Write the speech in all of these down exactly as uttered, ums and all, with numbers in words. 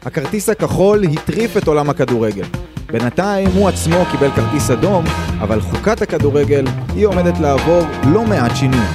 הכרטיס הכחול הטריף את עולם הכדורגל. בינתיים הוא עצמו קיבל כרטיס אדום, אבל חוקת הכדורגל היא עומדת לעבור לא מעט שינויים.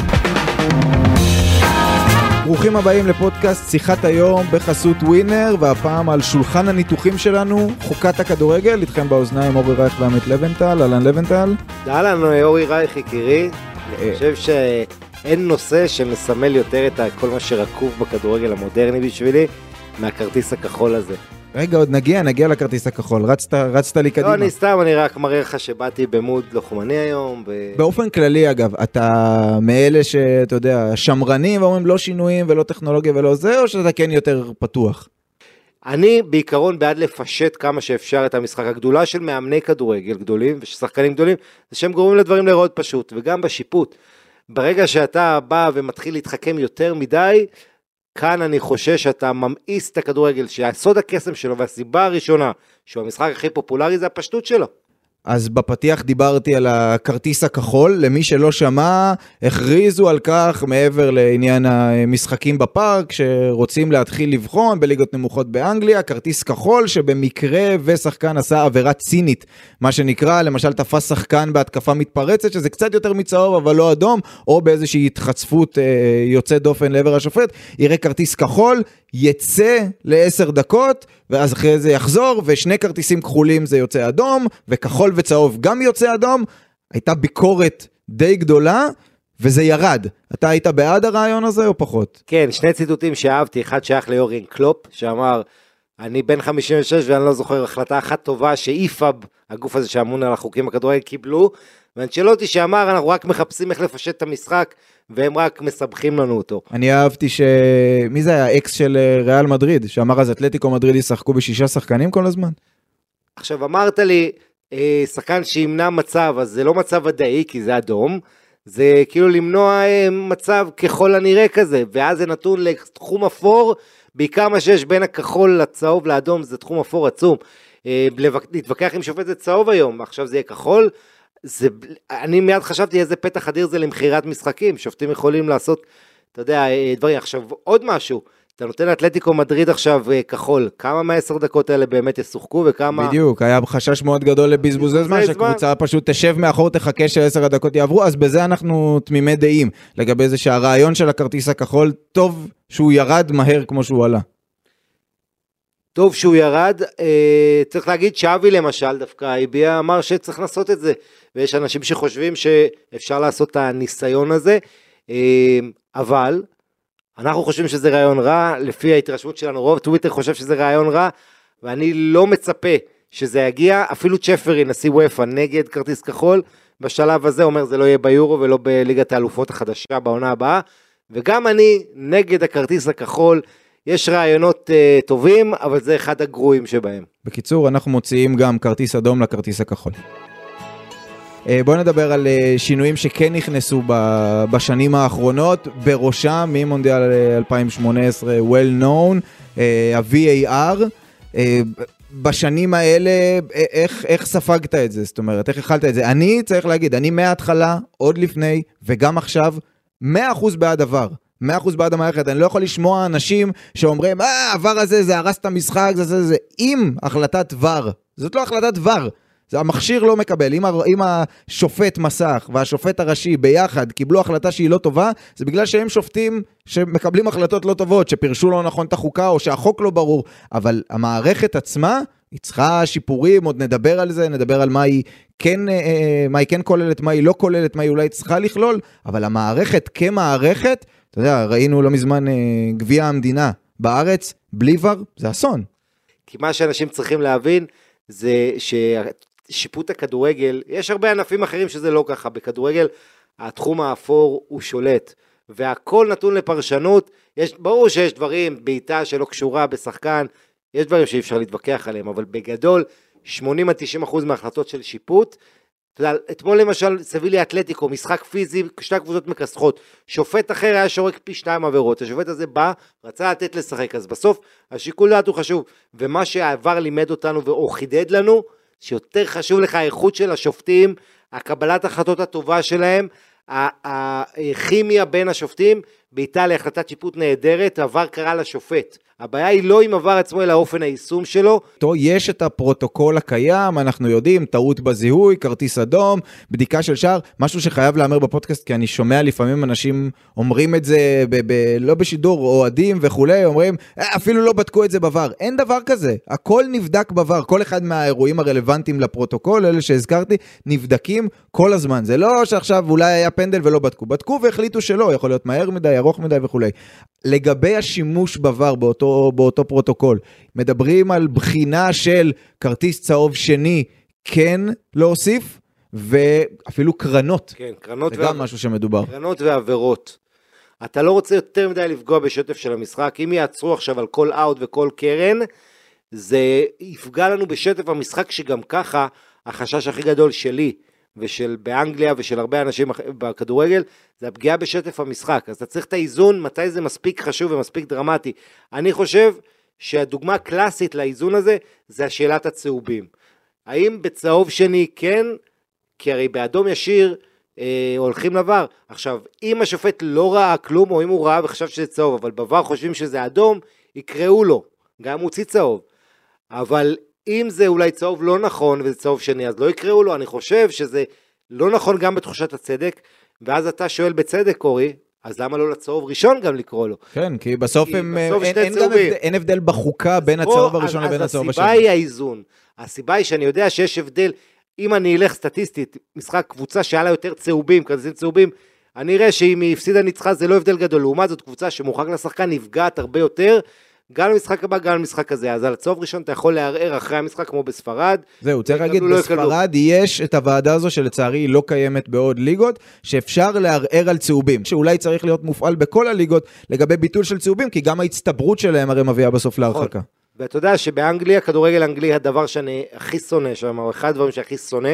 ברוכים הבאים לפודקאסט שיחת היום בחסות ווינר, והפעם על שולחן הניתוחים שלנו, חוקת הכדורגל. איתכם באוזניים אורי רייך ועמית לבנטל. אהלן לבנטל. אהלן אורי רייך יקירי. אני חושב שאין נושא שמסמל יותר את כל מה שרקוב בכדורגל המודרני בשבילי מהכרטיס הכחול הזה. רגע, עוד נגיע, נגיע לכרטיס הכחול. רצת, רצת לי קדימה. לא, אני סתם, אני רק מראה לך שבאתי במוד לוחמני היום. ב... באופן כללי, אגב, אתה מאלה שאתה יודע, שמרנים ואומרים לא שינויים ולא טכנולוגיה ולא זה, או שאתה כן יותר פתוח? אני בעיקרון בעד לפשט כמה שאפשר את המשחק. הגדולה של מאמני כדורגל גדולים ושחקנים גדולים, זה שהם גורמים לדברים לראות פשוט, וגם בשיפוט. ברגע שאתה בא ומתחיל להתחכם יותר מדי, כאן אני חושש שאתה ממאיס את הכדורגל, שהסוד הקסם שלו והסיבה הראשונה, שהוא המשחק הכי פופולרי, זה הפשטות שלו. אז בפתיח דיברתי על הכרטיס הכחול. למי שלא שמע, הכריזו על כך מעבר לעניין המשחקים בפארק, שרוצים להתחיל לבחון בליגות נמוכות באנגליה, כרטיס כחול שבמקרה ושחקן עשה עבירה צינית, מה שנקרא, למשל תפס שחקן בהתקפה מתפרצת, שזה קצת יותר מצהוב אבל לא אדום, או באיזושהי התחצפות אה, יוצא דופן לעבר השופט, יראה כרטיס כחול, יצא לעשר דקות, ואז אחרי זה יחזור, ושני כרטיסים כחולים זה יוצא אדום, וכחול וצהוב גם יוצא אדום. הייתה ביקורת די גדולה, וזה ירד. אתה היית בעד הרעיון הזה או פחות? כן, שני ציטוטים שאהבתי, אחד שייך ליורגן קלופ, שאמר, אני בן חמישים ושש ואני לא זוכר החלטה אחת טובה, שאיפאב, הגוף הזה שאמון על החוקים הכדורגל, קיבלו, ואנצ'לוטי שאמר, אנחנו רק מחפשים איך לפשט את המשחק, והם רק מסבכים לנו אותו. אני אהבתי ש... מי זה היה? אקס של ריאל מדריד, שאמר אז אתלטיקו מדריד ישחקו בשישה שחקנים כל הזמן? עכשיו אמרת לי, אה, שחקן שימנע מצב, אז זה לא מצב ודאי, כי זה אדום, זה כאילו למנוע אה, מצב ככל הנראה כזה, ואז זה נתון לתחום אפור, בעיקר מה שיש בין הכחול לצהוב לאדום, זה תחום אפור עצום. אה, להתווכח עם שופט זה צהוב היום, עכשיו זה יהיה כחול, זה, אני מיד חשבתי איזה פתח אדיר זה למחירת משחקים, שופטים יכולים לעשות, אתה יודע, דברים. עכשיו עוד משהו, אתה נותן לאתלטיקו מדריד עכשיו כחול, כמה מהעשר דקות האלה באמת ישוחקו וכמה... בדיוק, היה חשש מאוד גדול לבזבוזי זמן, שקבוצה פשוט תשב מאחור, תחכה שעשר הדקות יעברו, אז בזה אנחנו תמימי דעים, לגבי זה שהרעיון של הכרטיס הכחול, טוב שהוא ירד מהר כמו שהוא עלה. טוב שהוא ירד, אה, צריך להגיד שאבי למשל דווקא הביע, אמר שצריך לעשות את זה, ויש אנשים שחושבים שאפשר לעשות את הניסיון הזה, אה, אבל אנחנו חושבים שזה רעיון רע, לפי ההתרשמות שלנו, רוב טוויטר חושב שזה רעיון רע, ואני לא מצפה שזה יגיע, אפילו צ'פרי, נשיא וופא, נגד כרטיס כחול, בשלב הזה אומר זה לא יהיה ביורו ולא בליגת האלופות החדשה בעונה הבאה, וגם אני נגד הכרטיס הכחול, יש רעיונות uh, טובים, אבל זה אחד הגרועים שבהם. בקיצור, אנחנו מוציאים גם כרטיס אדום לכרטיס הכחול. Uh, בואו נדבר על uh, שינויים שכן נכנסו ב- בשנים האחרונות, בראשם ממונדיאל אלפיים שמונה עשרה, well known, uh, ה-V A R. Uh, בשנים האלה, איך, איך ספגת את זה? זאת אומרת, איך החלת את זה? אני צריך להגיד, אני מההתחלה, עוד לפני, וגם עכשיו, מאה אחוז בעד עבר. מאה אחוז בעד המערכת, אני לא יכול לשמוע אנשים שאומרים, אה, עבר הזה, זה הרס את המשחק, זה זה זה, אם החלטת ור, זאת לא החלטת ור, זה המכשיר לא מקבל, אם, אם השופט מסך והשופט הראשי ביחד קיבלו החלטה שהיא לא טובה, זה בגלל שהם שופטים שמקבלים החלטות לא טובות, שפרשו לא נכון את החוקה, או שהחוק לא ברור, אבל המערכת עצמה, היא צריכה שיפורים, עוד נדבר על זה, נדבר על מה היא כן, מה היא כן כוללת, מה היא לא כוללת, מה היא אולי צריכה לכלול, אבל המערכת כמערכת, אתה יודע, ראינו לא מזמן גביע המדינה בארץ, בלי ור, זה אסון. כי מה שאנשים צריכים להבין, זה ששיפוט הכדורגל, יש הרבה ענפים אחרים שזה לא ככה, בכדורגל התחום האפור הוא שולט, והכל נתון לפרשנות, יש, ברור שיש דברים, בעיטה שלא קשורה בשחקן, יש דברים שאי אפשר להתווכח עליהם, אבל בגדול, שמונים עד תשעים אחוז מההחלטות של שיפוט, אתה יודע, אתמול למשל סביליה אתלטיקו, משחק פיזי, שתי קבוצות מכסחות, שופט אחר היה שורק פי שתיים עבירות, השופט הזה בא, רצה לתת לשחק, אז בסוף השיקול דעת הוא חשוב, ומה שהעבר לימד אותנו או חידד לנו, שיותר חשוב לך האיכות של השופטים, הקבלת החלטות הטובה שלהם, הכימיה בין השופטים, באיטליה החלטת שיפוט נהדרת, עבר קרה לשופט. הבעיה היא לא עם עבר עצמו, אלא אופן היישום שלו. יש את הפרוטוקול הקיים, אנחנו יודעים, טעות בזיהוי, כרטיס אדום, בדיקה של שער, משהו שחייב לאמר בפודקאסט, כי אני שומע לפעמים אנשים אומרים את זה, ב- ב- לא בשידור, אוהדים וכולי, אומרים, אפילו לא בדקו את זה בעבר. אין דבר כזה, הכל נבדק בעבר, כל אחד מהאירועים הרלוונטיים לפרוטוקול, אלה שהזכרתי, נבדקים כל הזמן. זה לא שעכשיו אולי היה פנדל ולא בדקו, בדקו והחליטו שלא, יכול להיות מהר מדי, ארוך מדי וכולי. לגבי השימוש בעבר באותו, באותו פרוטוקול, מדברים על בחינה של כרטיס צהוב שני, כן להוסיף, ואפילו קרנות. כן, קרנות זה גם משהו שמדובר. קרנות ועבירות. אתה לא רוצה יותר מדי לפגוע בשטף של המשחק, אם יעצרו עכשיו על כל אאוט וכל קרן, זה יפגע לנו בשטף המשחק שגם ככה, החשש הכי גדול שלי, ושל באנגליה ושל הרבה אנשים בכדורגל, זה הפגיעה בשטף המשחק. אז אתה צריך את האיזון, מתי זה מספיק חשוב ומספיק דרמטי. אני חושב שהדוגמה הקלאסית לאיזון הזה, זה השאלת הצהובים. האם בצהוב שני כן, כי הרי באדום ישיר אה, הולכים לבר. עכשיו, אם השופט לא ראה כלום, או אם הוא ראה וחשב שזה צהוב, אבל בבר חושבים שזה אדום, יקראו לו, גם מוציא צהוב. אבל אם זה אולי צהוב לא נכון, וזה צהוב שני, אז לא יקראו לו. אני חושב שזה לא נכון גם בתחושת הצדק, ואז אתה שואל בצדק, קורי, אז למה לא לצהוב ראשון גם לקרוא לו? כן, כי בסוף כי הם, בסוף אין, אין, גם הבדל, אין הבדל בחוקה בין הצהוב הראשון לבין הצהוב השני. אז הסיבה היא האיזון. הסיבה היא שאני יודע שיש הבדל, אם אני אלך סטטיסטית, משחק קבוצה שהיה לה יותר צהובים, כרטיסים צהובים, אני אראה שאם היא הפסידה ניצחה, זה לא הבדל גדול. לעומת זאת קבוצה שמורחק לשחקן נפגעת הרבה יותר, גם למשחק הבא, גם למשחק הזה. אז על הצהוב ראשון אתה יכול לערער אחרי המשחק כמו בספרד. זהו, צריך להגיד, בספרד יש את הוועדה הזו שלצערי היא לא קיימת בעוד ליגות, שאפשר לערער על צהובים, שאולי צריך להיות מופעל בכל הליגות לגבי ביטול של צהובים, כי גם ההצטברות שלהם הרי מביאה בסוף להרחקה. ואתה יודע שבאנגליה, כדורגל אנגלי, הדבר שאני הכי שונא שם, או אחד הדברים שהכי שונא,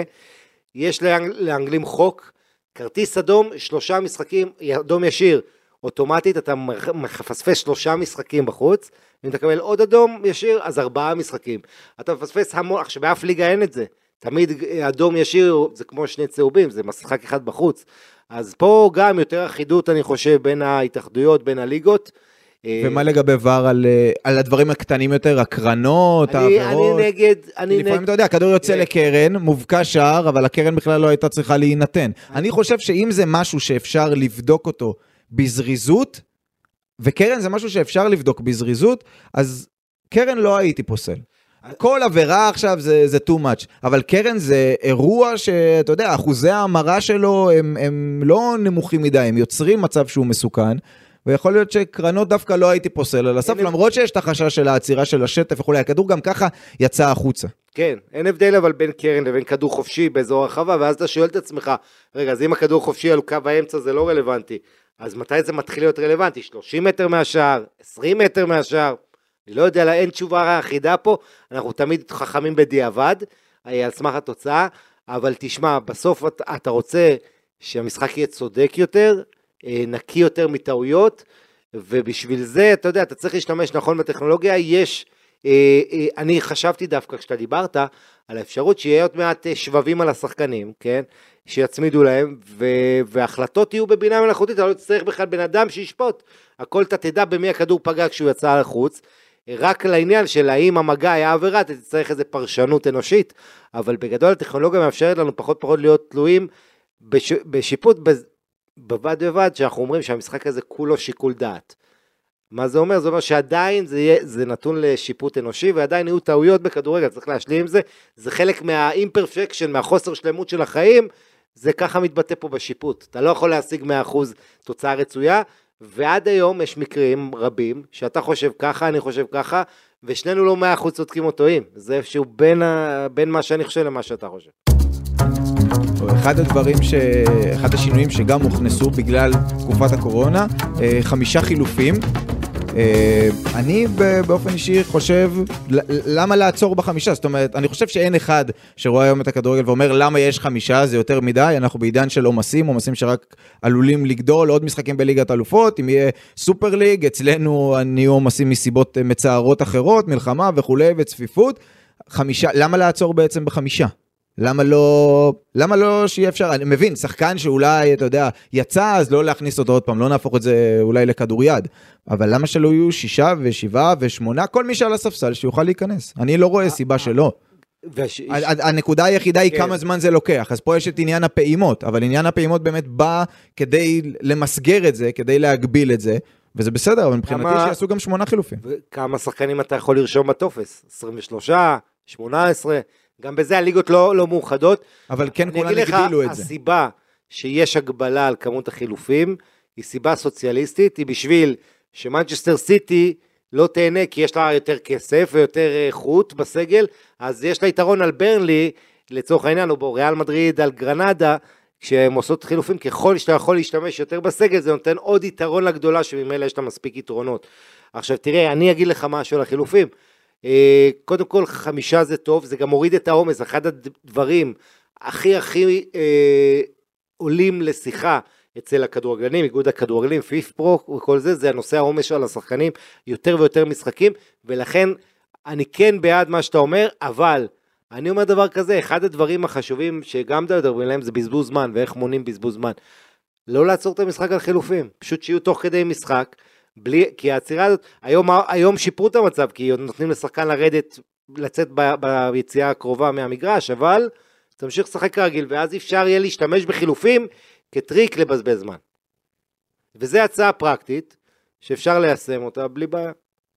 יש לאנגלים חוק, כרטיס אדום, שלושה משחקים, אדום ישיר, אוטומטית אתה מחפספס שלושה משחקים בחוץ, ואם אתה קבל עוד אדום ישיר, אז ארבעה משחקים. אתה מפספס המון, עכשיו באף ליגה אין את זה. תמיד אדום ישיר זה כמו שני צהובים, זה משחק אחד בחוץ. אז פה גם יותר אחידות אני חושב בין ההתאחדויות, בין הליגות. ומה לגבי ור על, על הדברים הקטנים יותר, הקרנות, אני, העבירות? אני נגד, אני לפעמים נגד. אתה יודע, הכדור יוצא לקרן, מובקע שער, אבל הקרן בכלל לא הייתה צריכה להינתן. אני חושב שאם זה משהו שאפשר לבדוק אותו בזריזות, וקרן זה משהו שאפשר לבדוק בזריזות, אז קרן לא הייתי פוסל. כל עבירה עכשיו זה, זה too much, אבל קרן זה אירוע שאתה יודע, אחוזי ההמרה שלו הם, הם לא נמוכים מדי, הם יוצרים מצב שהוא מסוכן, ויכול להיות שקרנות דווקא לא הייתי פוסל על הסף, למרות שיש את החשש של העצירה של השטף וכולי, הכדור גם ככה יצא החוצה. כן, אין הבדל אבל בין קרן לבין כדור חופשי באזור הרחבה, ואז אתה שואל את עצמך, רגע, אז אם הכדור חופשי על קו האמצע זה לא רלוונטי, אז מתי זה מתחיל להיות רלוונטי? שלושים מטר מהשער, עשרים מטר מהשער, אני לא יודע, אין תשובה אחידה פה, אנחנו תמיד חכמים בדיעבד, על סמך התוצאה, אבל תשמע, בסוף אתה רוצה שהמשחק יהיה צודק יותר, נקי יותר מטעויות, ובשביל זה, אתה יודע, אתה צריך להשתמש נכון בטכנולוגיה, יש, אני חשבתי דווקא כשאתה דיברת, על האפשרות שיהיה עוד מעט שבבים על השחקנים, כן? שיצמידו להם, וההחלטות יהיו בבינה מלאכותית, אתה לא צריך בכלל בן אדם שישפוט, הכל אתה תדע במי הכדור פגע כשהוא יצא לחוץ, רק לעניין של האם המגע היה עבירה, אתה תצטרך איזו פרשנות אנושית, אבל בגדול הטכנולוגיה מאפשרת לנו פחות פחות להיות תלויים בש, בשיפוט בבד בבד, שאנחנו אומרים שהמשחק הזה כולו שיקול דעת. מה זה אומר? זה אומר שעדיין זה, יהיה, זה נתון לשיפוט אנושי, ועדיין יהיו טעויות בכדורגל, צריך להשלים עם זה, זה חלק מהאימפרפקשן, מהחוסר שלמות של החיים, זה ככה מתבטא פה בשיפוט. אתה לא יכול להשיג מאה אחוז תוצאה רצויה, ועד היום יש מקרים רבים, שאתה חושב ככה, אני חושב ככה, ושנינו לא מאה אחוז צודקים או טועים. זה איפשהו בין, ה... בין מה שאני חושב למה שאתה חושב. אחד הדברים ש... אחד השינויים שגם הוכנסו בגלל תקופת הקורונה, חמישה חילופים. אני באופן אישי חושב, למה לעצור בחמישה? זאת אומרת, אני חושב שאין אחד שרואה היום את הכדורגל ואומר למה יש חמישה, זה יותר מדי, אנחנו בעידן של עומסים, עומסים שרק עלולים לגדול, עוד משחקים בליגת אלופות, אם יהיה סופר ליג, אצלנו נהיו עומסים מסיבות מצערות אחרות, מלחמה וכו' וצפיפות. חמישה, למה לעצור בעצם בחמישה? למה לא, למה לא שיהיה אפשר, אני מבין, שחקן שאולי, אתה יודע, יצא, אז לא להכניס אותו עוד פעם, לא נהפוך את זה אולי לכדור יד, אבל למה שלא יהיו שישה ושבעה ושמונה, כל מי שעל הספסל שיוכל להיכנס, אני לא רואה סיבה שלא. הנקודה היחידה היא כמה זמן זה לוקח, אז פה יש את עניין הפעימות, אבל עניין הפעימות באמת בא כדי למסגר את זה, כדי להגביל את זה, וזה בסדר, אבל מבחינתי שיעשו גם שמונה חילופים. כמה שחקנים אתה יכול לרשום בטופס? עשרים ושלוש, שמונה עשרה, גם בזה הליגות לא, לא מאוחדות. אבל כן כולם הגבילו את זה. הסיבה שיש הגבלה על כמות החילופים, היא סיבה סוציאליסטית, היא בשביל שמנצ'סטר סיטי לא תהנה, כי יש לה יותר כסף ויותר איכות בסגל, אז יש לה יתרון על ברנלי, לצורך העניין, או בו ריאל מדריד על גרנדה, כשהם עושות חילופים, ככל שאתה יכול להשתמש יותר בסגל, זה נותן עוד יתרון לגדולה, שממילא יש לה מספיק יתרונות. עכשיו תראה, אני אגיד לך משהו על החילופים, קודם כל חמישה זה טוב, זה גם מוריד את העומס, אחד הדברים הכי הכי אה, עולים לשיחה אצל הכדורגלנים, איגוד הכדורגלנים, פיף פרו וכל זה, זה הנושא העומס על השחקנים, יותר ויותר משחקים, ולכן אני כן בעד מה שאתה אומר, אבל אני אומר דבר כזה, אחד הדברים החשובים שגם מדברים להם זה בזבוז זמן, ואיך מונים בזבוז זמן, לא לעצור את המשחק על חילופים, פשוט שיהיו תוך כדי משחק, בלי, כי העצירה הזאת, היום, היום שיפרו את המצב, כי נותנים לשחקן לרדת, לצאת ב, ביציאה הקרובה מהמגרש, אבל תמשיך לשחק כרגיל, ואז אפשר יהיה להשתמש בחילופים, כטריק לבזבז זמן. וזו הצעה פרקטית, שאפשר ליישם אותה בלי בעיה.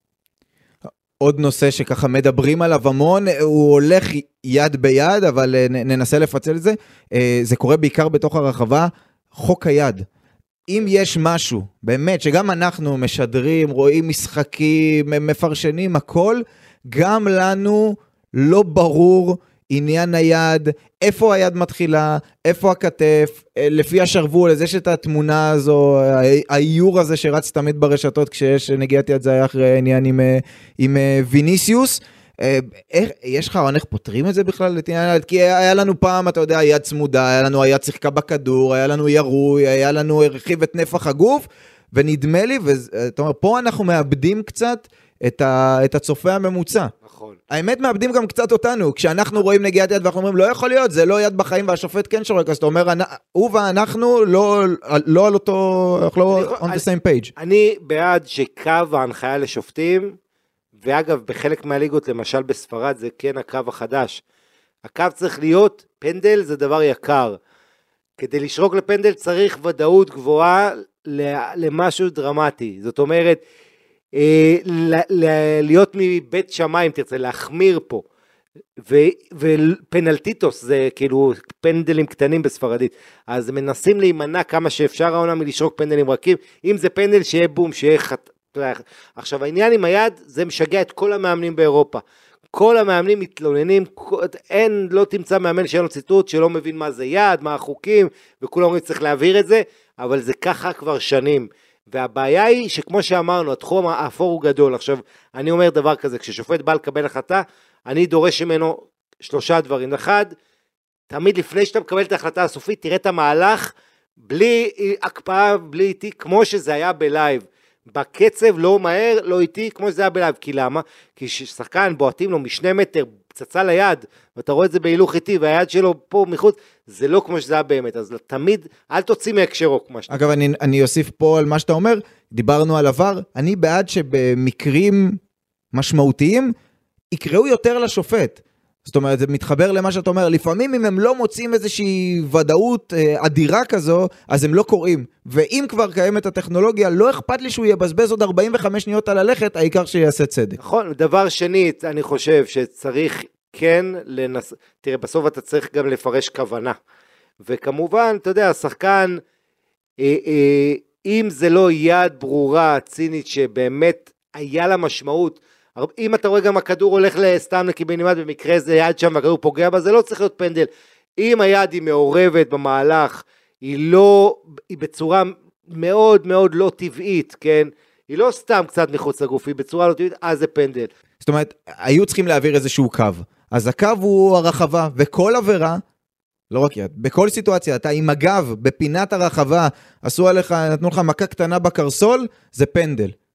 עוד נושא שככה מדברים עליו המון, הוא הולך יד ביד, אבל ננסה לפצל את זה, זה קורה בעיקר בתוך הרחבה, חוק היד. אם יש משהו, באמת, שגם אנחנו משדרים, רואים משחקים, מפרשנים, הכל, גם לנו לא ברור עניין היד, איפה היד מתחילה, איפה הכתף, לפי השרוול, אז יש את התמונה הזו, האיור הזה שרץ תמיד ברשתות, כשיש נגיעת יד, זה היה אחרי עניין עם, עם ויניסיוס, איך, יש לך, איך פותרים את זה בכלל? כי היה לנו פעם, אתה יודע, יד צמודה, היה לנו היד שיחקה בכדור, היה לנו ירוי, היה לנו הרחיב את נפח הגוף, ונדמה לי, ואתה אומר, פה אנחנו מאבדים קצת את, ה, את הצופה הממוצע. נכון. האמת מאבדים גם קצת אותנו, כשאנחנו רואים נגיעת יד ואנחנו אומרים, לא יכול להיות, זה לא יד בחיים והשופט כן שורק, אז אתה אומר, הוא ואנחנו לא, לא על אותו, אנחנו לא on the same page. אני בעד שקו ההנחיה לשופטים, ואגב, בחלק מהליגות, למשל בספרד, זה כן הקו החדש. הקו צריך להיות, פנדל זה דבר יקר. כדי לשרוק לפנדל צריך ודאות גבוהה למשהו דרמטי. זאת אומרת, להיות מבית שמיים, תרצה, להחמיר פה. ופנלטיטוס, זה כאילו פנדלים קטנים בספרדית. אז מנסים להימנע כמה שאפשר העונה מלשרוק פנדלים רכים. אם זה פנדל, שיהיה בום, שיהיה חט... עכשיו העניין עם היד זה משגע את כל המאמנים באירופה, כל המאמנים מתלוננים, אין, לא תמצא מאמן שאין לו ציטוט שלא מבין מה זה יד, מה החוקים, וכולם אומרים צריך להעביר את זה, אבל זה ככה כבר שנים, והבעיה היא שכמו שאמרנו, התחום האפור הוא גדול. עכשיו אני אומר דבר כזה, כששופט בא לקבל החלטה, אני דורש ממנו שלושה דברים. אחד, תמיד לפני שאתה מקבל את ההחלטה הסופית, תראה את המהלך בלי הקפאה, בלי איתי, כמו שזה היה בלייב, בקצב, לא מהר, לא איטי, כמו שזה היה בלייב. כי למה? כי ששחקן בועטים לו משני מטר, פצצה ליד, ואתה רואה את זה בהילוך איטי, והיד שלו פה מחוץ, זה לא כמו שזה היה באמת. אז תמיד, אל תוציא מהקשרו, כמו שאתה. אגב, אני, אני אוסיף פה על מה שאתה אומר, דיברנו על עבר, אני בעד שבמקרים משמעותיים, יקראו יותר לשופט. זאת אומרת, זה מתחבר למה שאתה אומר, לפעמים אם הם לא מוצאים איזושהי ודאות אדירה כזו, אז הם לא קוראים. ואם כבר קיימת הטכנולוגיה, לא אכפת לי שהוא יבזבז עוד ארבעים וחמש שניות על הלכת, העיקר שיעשה צדק. נכון, דבר שני, אני חושב שצריך כן לנס... תראה, בסוף אתה צריך גם לפרש כוונה. וכמובן, אתה יודע, השחקן, אה, אה, אם זה לא יד ברורה, צינית, שבאמת היה לה משמעות, אם אתה רואה גם הכדור הולך לסתם לקיבינימט, במקרה זה יד שם והכדור פוגע בה, זה לא צריך להיות פנדל. אם היד היא מעורבת במהלך, היא לא, היא בצורה מאוד מאוד לא טבעית, כן? היא לא סתם קצת מחוץ לגוף, היא בצורה לא טבעית, אז זה פנדל. זאת אומרת, היו צריכים להעביר איזשהו קו. אז הקו הוא הרחבה, וכל עבירה, לא רק יד, בכל סיטואציה, אתה עם הגב, בפינת הרחבה, עשו עליך, נתנו לך מכה קטנה בקרסול, זה פנדל.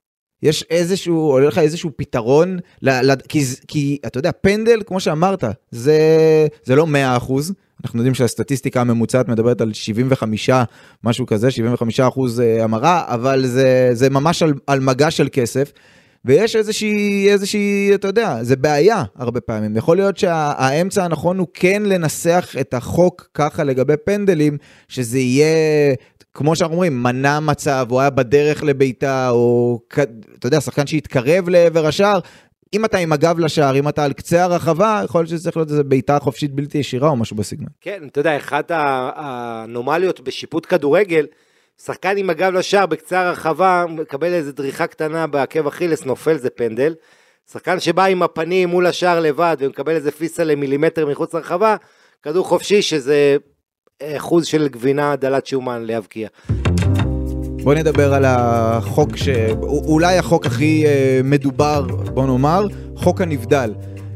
יש איזשהו, עולה לך איזשהו פתרון, ל, ל, כי, כי אתה יודע, פנדל, כמו שאמרת, זה, זה לא מאה אחוז, אנחנו יודעים שהסטטיסטיקה הממוצעת מדברת על שבעים וחמישה, משהו כזה, שבעים וחמישה אחוז המרה, אבל זה, זה ממש על, על מגע של כסף, ויש איזושהי, איזושהי, אתה יודע, זה בעיה הרבה פעמים. יכול להיות שהאמצע הנכון הוא כן לנסח את החוק ככה לגבי פנדלים, שזה יהיה, כמו שאנחנו אומרים, מנע מצב, או היה בדרך לביתה, או, אתה יודע, שחקן שהתקרב לעבר השער, אם אתה עם הגב לשער, אם אתה על קצה הרחבה, יכול להיות שזה צריך להיות איזו ביתה חופשית בלתי ישירה, או משהו בסגנון. כן, אתה יודע, אחת האנומליות בשיפוט כדורגל, שחקן עם הגב לשער בקצה הרחבה, מקבל איזו דריכה קטנה בעקב אכילס, נופל, זה פנדל. שחקן שבא עם הפנים מול השער לבד, ומקבל איזה פיסה למילימטר מחוץ לרחבה, כדור חופשי שזה אחוז של גבינה דלת שומן להבקיע. בוא נדבר על החוק, שאולי החוק הכי מדובר, בוא נאמר, חוק הנבדל.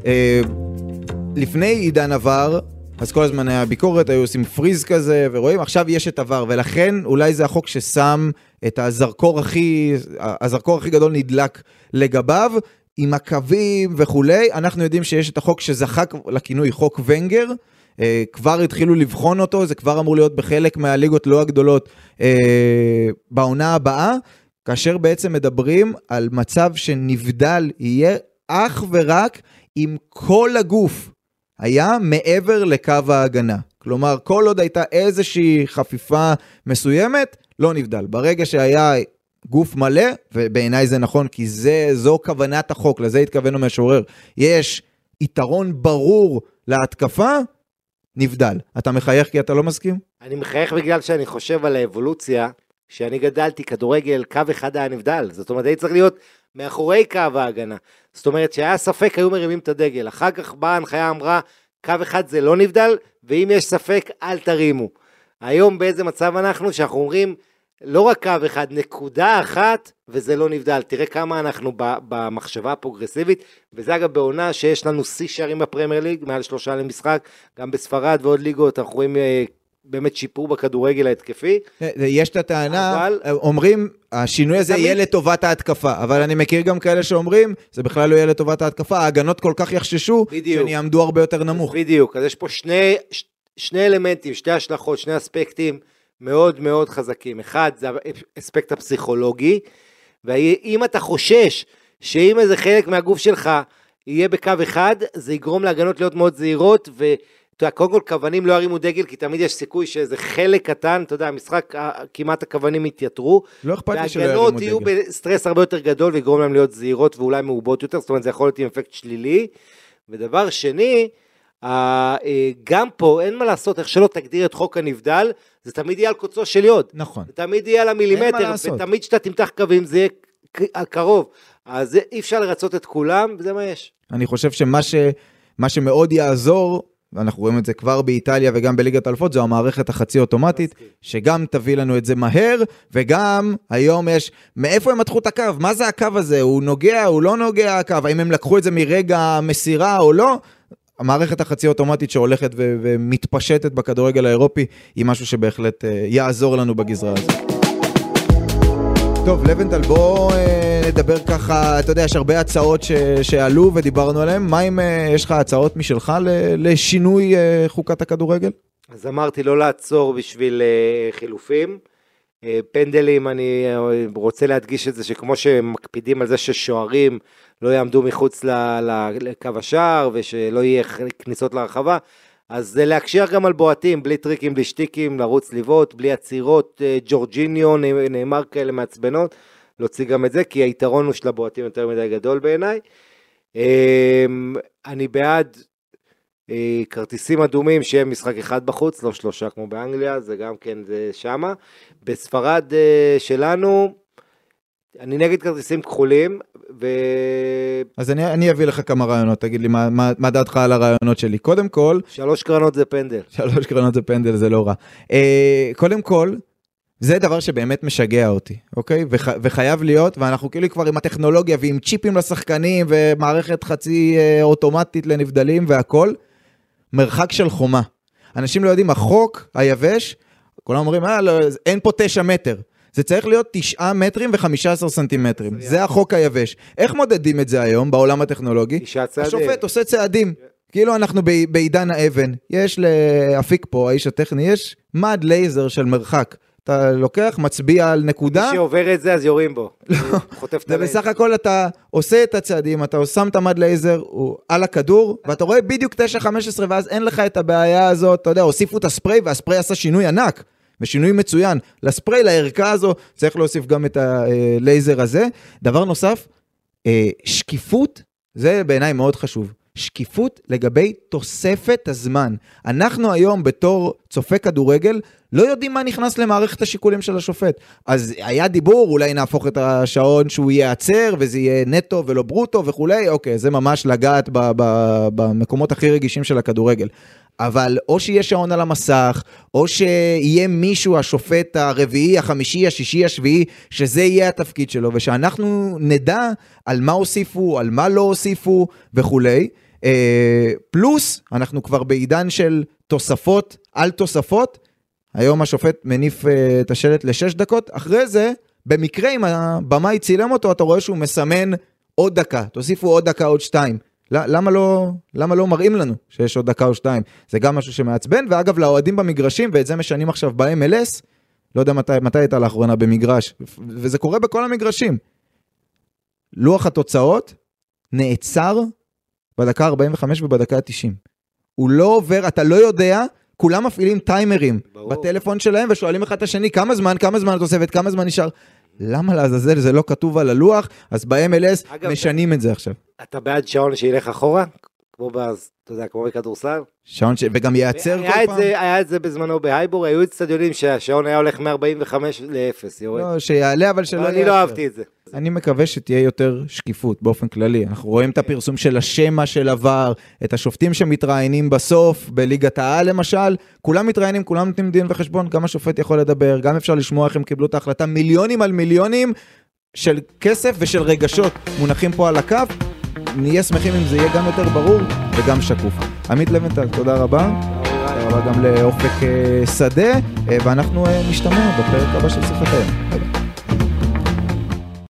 לפני עידן עבר, אז כל הזמן היה ביקורת, היו עושים פריז כזה, ורואים, עכשיו יש את עבר, ולכן אולי זה החוק ששם את הזרקור הכי, הזרקור הכי גדול נדלק לגביו, עם הקווים וכולי. אנחנו יודעים שיש את החוק שזכה לכינוי חוק ונגר, כבר התחילו לבחון אותו, זה כבר אמור להיות בחלק מהליגות לא הגדולות בעונה הבאה, כאשר בעצם מדברים על מצב שנבדל יהיה אך ורק עם כל הגוף, היה מעבר לקו ההגנה. כלומר, כל עוד הייתה איזושהי חפיפה מסוימת, לא נבדל. ברגע שהיה גוף מלא, ובעיניי זה נכון, כי זה, זו כוונת החוק, לזה התכוונו משורר, יש יתרון ברור להתקפה, נבדל. אתה מחייך כי אתה לא מסכים? אני מחייך בגלל שאני חושב על האבולוציה, שאני גדלתי כדורגל, קו אחד היה נבדל. זאת אומרת, הייתי צריך להיות מאחורי קו ההגנה. זאת אומרת, שהיה ספק, היו מרימים את הדגל. אחר כך באה ההנחיה אמרה, קו אחד זה לא נבדל, ואם יש ספק, אל תרימו. היום באיזה מצב אנחנו, שאנחנו אומרים, לא רק קו אחד, נקודה אחת, וזה לא נבדל. תראה כמה אנחנו במחשבה הפרוגרסיבית, וזה אגב בעונה שיש לנו שיא שערים בפרמייר ליג, מעל שלושה למשחק, גם בספרד ועוד ליגות, אנחנו רואים באמת שיפור בכדורגל ההתקפי. יש את הטענה, אומרים, השינוי הזה יהיה לטובת ההתקפה, אבל אני מכיר גם כאלה שאומרים, זה בכלל לא יהיה לטובת ההתקפה, ההגנות כל כך יחששו, שהם יעמדו הרבה יותר נמוך. בדיוק, אז יש פה שני, שני אלמנטים, שתי השלכות, שני אספקטים, מאוד מאוד חזקים. אחד, זה האספקט הפסיכולוגי, ואם אתה חושש שאם איזה חלק מהגוף שלך יהיה בקו אחד, זה יגרום להגנות להיות מאוד זהירות, ואתה יודע, קודם כל כוונים לא ירימו דגל, כי תמיד יש סיכוי שאיזה חלק קטן, אתה יודע, המשחק, כמעט הכוונים יתייתרו, לא אכפת לי שלא ירימו דגל. והגנות יהיו בסטרס הרבה יותר גדול, ויגרום להם להיות זהירות, ואולי מעובות יותר, זאת אומרת, זה יכול להיות עם אפקט שלילי. ודבר שני, גם פה אין מה לעשות, איך שלא תגדיר את חוק הנבדל, זה תמיד יהיה על קוצו של יוד. נכון. זה תמיד יהיה על המילימטר, ותמיד שאתה תמתח קווים זה יהיה קרוב. אז אי אפשר לרצות את כולם, וזה מה יש. אני חושב שמה ש, מה שמאוד יעזור, ואנחנו רואים את זה כבר באיטליה וגם בליגת האלופות, זו המערכת החצי אוטומטית, שגם תביא לנו את זה מהר, וגם היום יש, מאיפה הם מתחו את הקו? מה זה הקו הזה? הוא נוגע, הוא לא נוגע הקו? האם הם לקחו את זה מרגע מסירה או לא? המערכת החצי אוטומטית שהולכת ו- ומתפשטת בכדורגל האירופי, היא משהו שבהחלט uh, יעזור לנו בגזרה הזאת. טוב, לבנטל, בוא uh, נדבר ככה, אתה יודע, יש הרבה הצעות ש- שעלו ודיברנו עליהן, מה אם uh, יש לך הצעות משלך ל- לשינוי uh, חוקת הכדורגל? אז אמרתי לא לעצור בשביל uh, חילופים, uh, פנדלים, אני uh, רוצה להדגיש את זה, שכמו שמקפידים על זה ששוערים, לא יעמדו מחוץ לקו השער, ושלא יהיה כניסות לרחבה, אז זה להקשיח גם על בועטים, בלי טריקים, בלי שטיקים, לרוץ ליבות, בלי עצירות, ג'ורג'יניו, נאמר כאלה מעצבנות, להוציא גם את זה, כי היתרון הוא של הבועטים יותר מדי גדול בעיניי. אני בעד כרטיסים אדומים, שיהיה משחק אחד בחוץ, לא שלושה כמו באנגליה, זה גם כן זה שמה. בספרד שלנו, אני נגד כרטיסים כחולים, ו... אז אני, אני אביא לך כמה רעיונות, תגיד לי מה, מה, מה דעתך על הרעיונות שלי. קודם כל... שלוש קרנות זה פנדל. שלוש קרנות זה פנדל, זה לא רע. אה, קודם כל, זה דבר שבאמת משגע אותי, אוקיי? וח, וחייב להיות, ואנחנו כאילו כבר עם הטכנולוגיה, ועם צ'יפים לשחקנים, ומערכת חצי אה, אוטומטית לנבדלים והכל, מרחק של חומה. אנשים לא יודעים, החוק היבש, כולם אומרים, אה, לא, אין פה תשע מטר. זה צריך להיות תשעה מטרים וחמישה עשר סנטימטרים. זה החוק היבש. איך מודדים את זה היום בעולם הטכנולוגי? השופט עושה צעדים. כאילו אנחנו בעידן האבן. יש להפיק פה, האיש הטכני, יש מד לייזר של מרחק. אתה לוקח, מצביע על נקודה. מי שעובר את זה, אז יורים בו. זה בסך הכל אתה עושה את הצעדים, אתה שם את המד לייזר על הכדור, ואתה רואה בדיוק תשע חמש עשרה, ואז אין לך את הבעיה הזאת, אתה יודע, הוסיפו את הספרי, והספרי עשה שינוי ענק, ושינוי מצוין. לספרי, לערכה הזו, צריך להוסיף גם את הלייזר הזה. דבר נוסף, שקיפות, זה בעיניי מאוד חשוב. שקיפות לגבי תוספת הזמן. אנחנו היום בתור צופה כדורגל לא יודעים מה נכנס למערכת השיקולים של השופט. אז היה דיבור, אולי נהפוך את השעון שהוא ייעצר וזה יהיה נטו ולא ברוטו וכולי. אוקיי, זה ממש לגעת ב- ב- במקומות הכי רגישים של הכדורגל. אבל או שיהיה שעון על המסך, או שיהיה מישהו, השופט הרביעי, החמישי, השישי, השביעי, שזה יהיה התפקיד שלו, ושאנחנו נדע על מה הוסיפו, על מה לא הוסיפו וכולי. פלוס, אנחנו כבר בעידן של תוספות על תוספות, היום השופט מניף את השלט לשש דקות, אחרי זה, במקרה אם הבמה יצילם אותו, אתה רואה שהוא מסמן עוד דקה, תוסיפו עוד דקה, עוד שתיים. למה לא, למה לא מראים לנו שיש עוד דקה או שתיים? זה גם משהו שמעצבן, ואגב, לאוהדים במגרשים, ואת זה משנים עכשיו ב-אם אל אס, לא יודע מתי, מתי הייתה לאחרונה במגרש, וזה קורה בכל המגרשים. לוח התוצאות נעצר בדקה ארבעים וחמש ובדקה ה-תשעים. הוא לא עובר, אתה לא יודע, כולם מפעילים טיימרים ברור. בטלפון שלהם, ושואלים אחד את השני, כמה זמן, כמה זמן התוספת, כמה זמן נשאר. למה לעזאזל זה לא כתוב על הלוח? אז ב-אם אל אס אגב, משנים את זה עכשיו. אתה בעד שעון שילך אחורה? כמו באז, אתה יודע, כמו בכדורסל? שעון ש... וגם ייעצר כל פעם? זה, היה את זה בזמנו בהייבור, היו אצטדיונים שהשעון היה הולך מ-ארבעים וחמש ל-אפס. לא, שיעלה אבל שלא ייעצר. אני לא אהבתי את זה. אני מקווה שתהיה יותר שקיפות באופן כללי. אנחנו רואים את הפרסום של השמה של עבר, את השופטים שמתראיינים בסוף, בליגת העל למשל, כולם מתראיינים, כולם נותנים דין וחשבון, גם השופט יכול לדבר, גם אפשר לשמוע איך הם קיבלו את ההחלטה, מיליונים על מיליונים של כסף ושל רגשות מונחים פה על הקו, נהיה שמחים אם זה יהיה גם יותר ברור וגם שקוף. עמית לבנטל, תודה רבה. תודה רבה גם לאופק שדה, ואנחנו נשתמע בפרק הבא של שיחת היום.